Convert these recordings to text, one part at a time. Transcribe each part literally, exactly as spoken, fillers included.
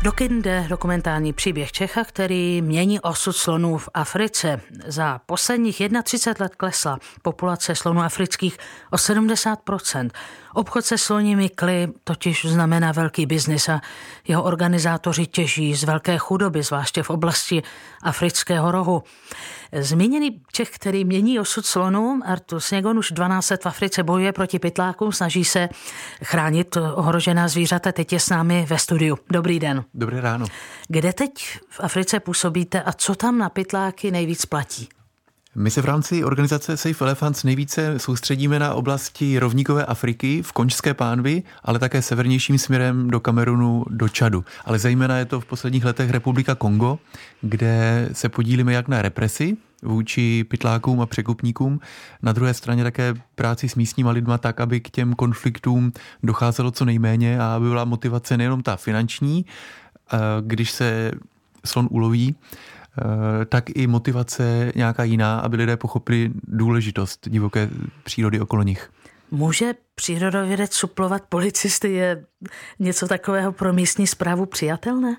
Do kin jde dokumentární příběh Čecha, který mění osud slonů v Africe. Za posledních třicet jedna let klesla populace slonů afrických o sedmdesát procent. Obchod se sloními kly totiž znamená velký biznis a jeho organizátoři těží z velké chudoby, zvláště v oblasti afrického rohu. Zmíněný Čech, který mění osud slonů, Artur Sněgon, už dvanáct let v Africe bojuje proti pytlákům, snaží se chránit ohrožená zvířata. Teď je s námi ve studiu. Dobrý den. Dobré ráno. Kde teď v Africe působíte a co tam na pytláky nejvíc platí? My se v rámci organizace Save Elephants nejvíce soustředíme na oblasti rovníkové Afriky v Konžské pánvi, ale také severnějším směrem do Kamerunu, do Čadu. Ale zejména je to v posledních letech Republika Kongo, kde se podílíme jak na represi vůči pytlákům a překupníkům, na druhé straně také práci s místníma lidma tak, aby k těm konfliktům docházelo co nejméně a aby byla motivace nejenom ta finanční, když se slon uloví, tak i motivace nějaká jiná, aby lidé pochopili důležitost divoké přírody okolo nich. Může přírodovědec suplovat policisty? Je něco takového pro místní správu přijatelné?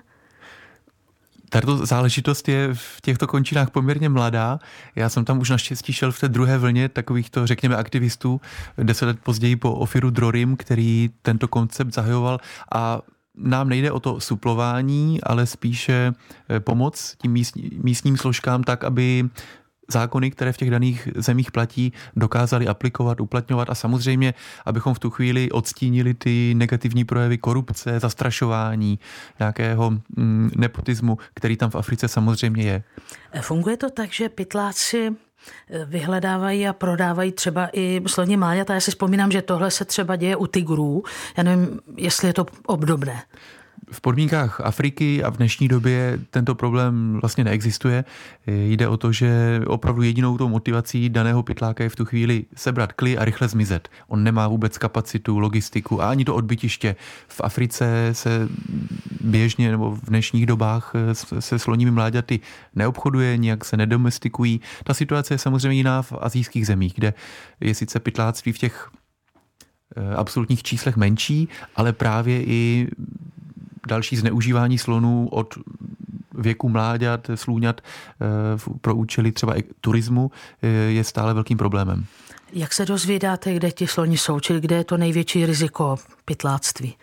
Tato záležitost je v těchto končinách poměrně mladá. Já jsem tam už naštěstí šel v té druhé vlně takovýchto, řekněme, aktivistů, deset let později po Ofiru Drorim, který tento koncept zahajoval, a nám nejde o to suplování, ale spíše pomoc tím místní, místním složkám tak, aby zákony, které v těch daných zemích platí, dokázali aplikovat, uplatňovat a samozřejmě, abychom v tu chvíli odstínili ty negativní projevy korupce, zastrašování, nějakého mm, nepotismu, který tam v Africe samozřejmě je. Funguje to tak, že pytláci vyhledávají a prodávají třeba i sloní mláďata? Já si vzpomínám, že tohle se třeba děje u tigrů. Já nevím, jestli je to obdobné. V podmínkách Afriky a v dnešní době tento problém vlastně neexistuje. Jde o to, že opravdu jedinou tou motivací daného pytláka je v tu chvíli sebrat kly a rychle zmizet. On nemá vůbec kapacitu, logistiku a ani to odbytiště. V Africe se běžně nebo v dnešních dobách se sloními mláďaty neobchoduje, nijak se nedomestikují. Ta situace je samozřejmě jiná v asijských zemích, kde je sice pytláctví v těch absolutních číslech menší, ale právě i další zneužívání slonů od věku mláďat, slůňat pro účely třeba turismu je stále velkým problémem. Jak se dozvídáte, kde ti sloni jsou, čili kde je to největší riziko pytláctví?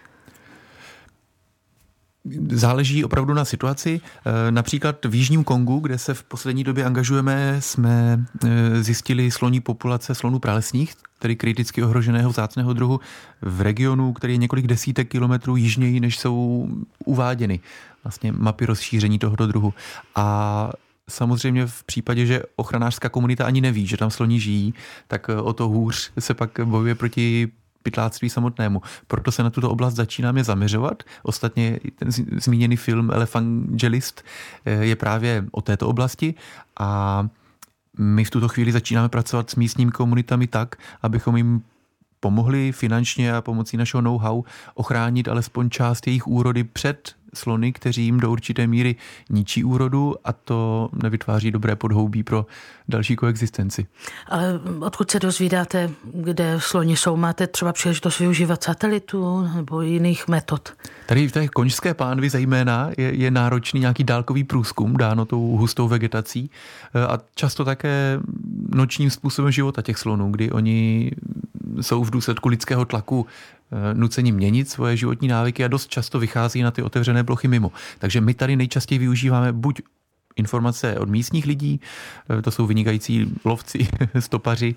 Záleží opravdu na situaci. Například v Jižním Kongu, kde se v poslední době angažujeme, jsme zjistili sloní populace slonů pralesních, tedy kriticky ohroženého vzácného druhu, v regionu, který je několik desítek kilometrů jižněji, než jsou uváděny vlastně mapy rozšíření tohoto druhu. A samozřejmě v případě, že ochranářská komunita ani neví, že tam sloni žijí, tak o to hůř se pak bojuje proti pytláctví samotnému. Proto se na tuto oblast začínáme zaměřovat. Ostatně ten zmíněný film Evangelist je právě o této oblasti a my v tuto chvíli začínáme pracovat s místními komunitami tak, abychom jim pomohli finančně a pomocí našeho know-how ochránit alespoň část jejich úrody před slony, kteří jim do určité míry ničí úrodu a to nevytváří dobré podhoubí pro další koexistenci. Ale odkud se dozvídáte, kde sloni jsou? Máte třeba příležitost využívat satelitu nebo jiných metod? Tady v té Konžské pánvi zejména je, je náročný nějaký dálkový průzkum, dáno tou hustou vegetací a často také nočním způsobem života těch slonů, kdy oni jsou v důsledku lidského tlaku nuceni měnit svoje životní návyky a dost často vychází na ty otevřené plochy mimo. Takže my tady nejčastěji využíváme buď informace od místních lidí, to jsou vynikající lovci, stopaři,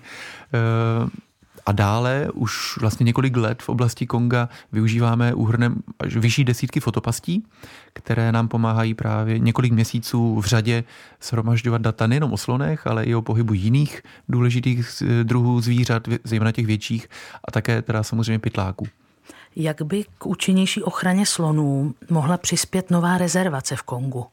a dále už vlastně několik let v oblasti Konga využíváme úhrnem až vyšší desítky fotopastí, které nám pomáhají právě několik měsíců v řadě shromažďovat data nejenom o slonech, ale i o pohybu jiných důležitých druhů zvířat, zejména těch větších, a také teda samozřejmě pytláků. Jak by k účinnější ochraně slonů mohla přispět nová rezervace v Kongu?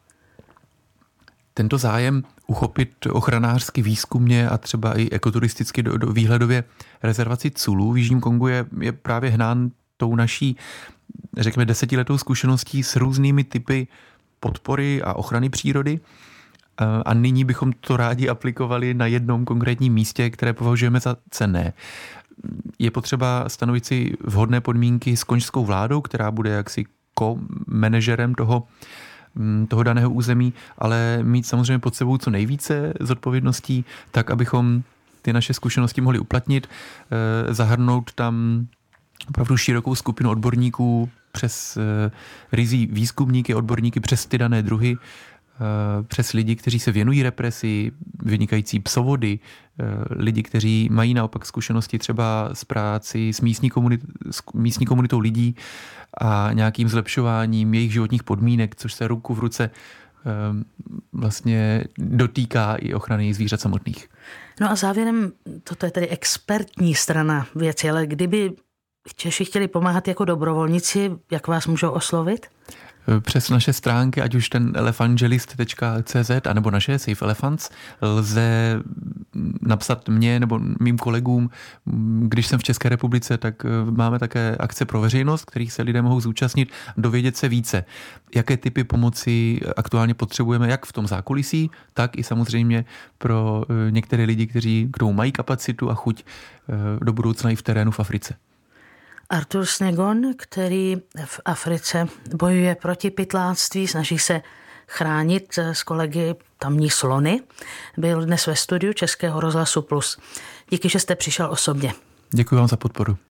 Tento zájem uchopit ochranářsky, výzkumně a třeba i ekoturisticky do, do výhledově rezervaci Tsulu v Jižním Kongu je, je právě hnán tou naší, řekněme, desetiletou zkušeností s různými typy podpory a ochrany přírody. A nyní bychom to rádi aplikovali na jednom konkrétním místě, které považujeme za cenné. Je potřeba stanovit si vhodné podmínky s konžskou vládou, která bude jaksi ko-manažerem toho, toho daného území, ale mít samozřejmě pod sebou co nejvíce zodpovědností, tak abychom ty naše zkušenosti mohli uplatnit, zahrnout tam opravdu širokou skupinu odborníků přes rizí výzkumníky, odborníky přes ty dané druhy, přes lidi, kteří se věnují represi, vynikající psovody, lidi, kteří mají naopak zkušenosti třeba s práci s místní, komunit, s místní komunitou lidí a nějakým zlepšováním jejich životních podmínek, což se ruku v ruce vlastně dotýká i ochrany zvířat samotných. No a závěrem, toto je tedy expertní strana věci, ale kdyby Češi chtěli pomáhat jako dobrovolníci, jak vás můžou oslovit? Přes naše stránky, ať už ten elefangelist tečka cé zet anebo naše Save Elephants, lze napsat mě nebo mým kolegům. Když jsem v České republice, tak máme také akce pro veřejnost, kterých se lidé mohou zúčastnit, dovědět se více, jaké typy pomoci aktuálně potřebujeme, jak v tom zákulisí, tak i samozřejmě pro některé lidi, kteří k tomu mají kapacitu a chuť do budoucna i v terénu v Africe. Artur Snegon, který v Africe bojuje proti pytláctví, snaží se chránit s kolegy tamní slony, byl dnes ve studiu Českého rozhlasu Plus. Díky, že jste přišel osobně. Děkuji vám za podporu.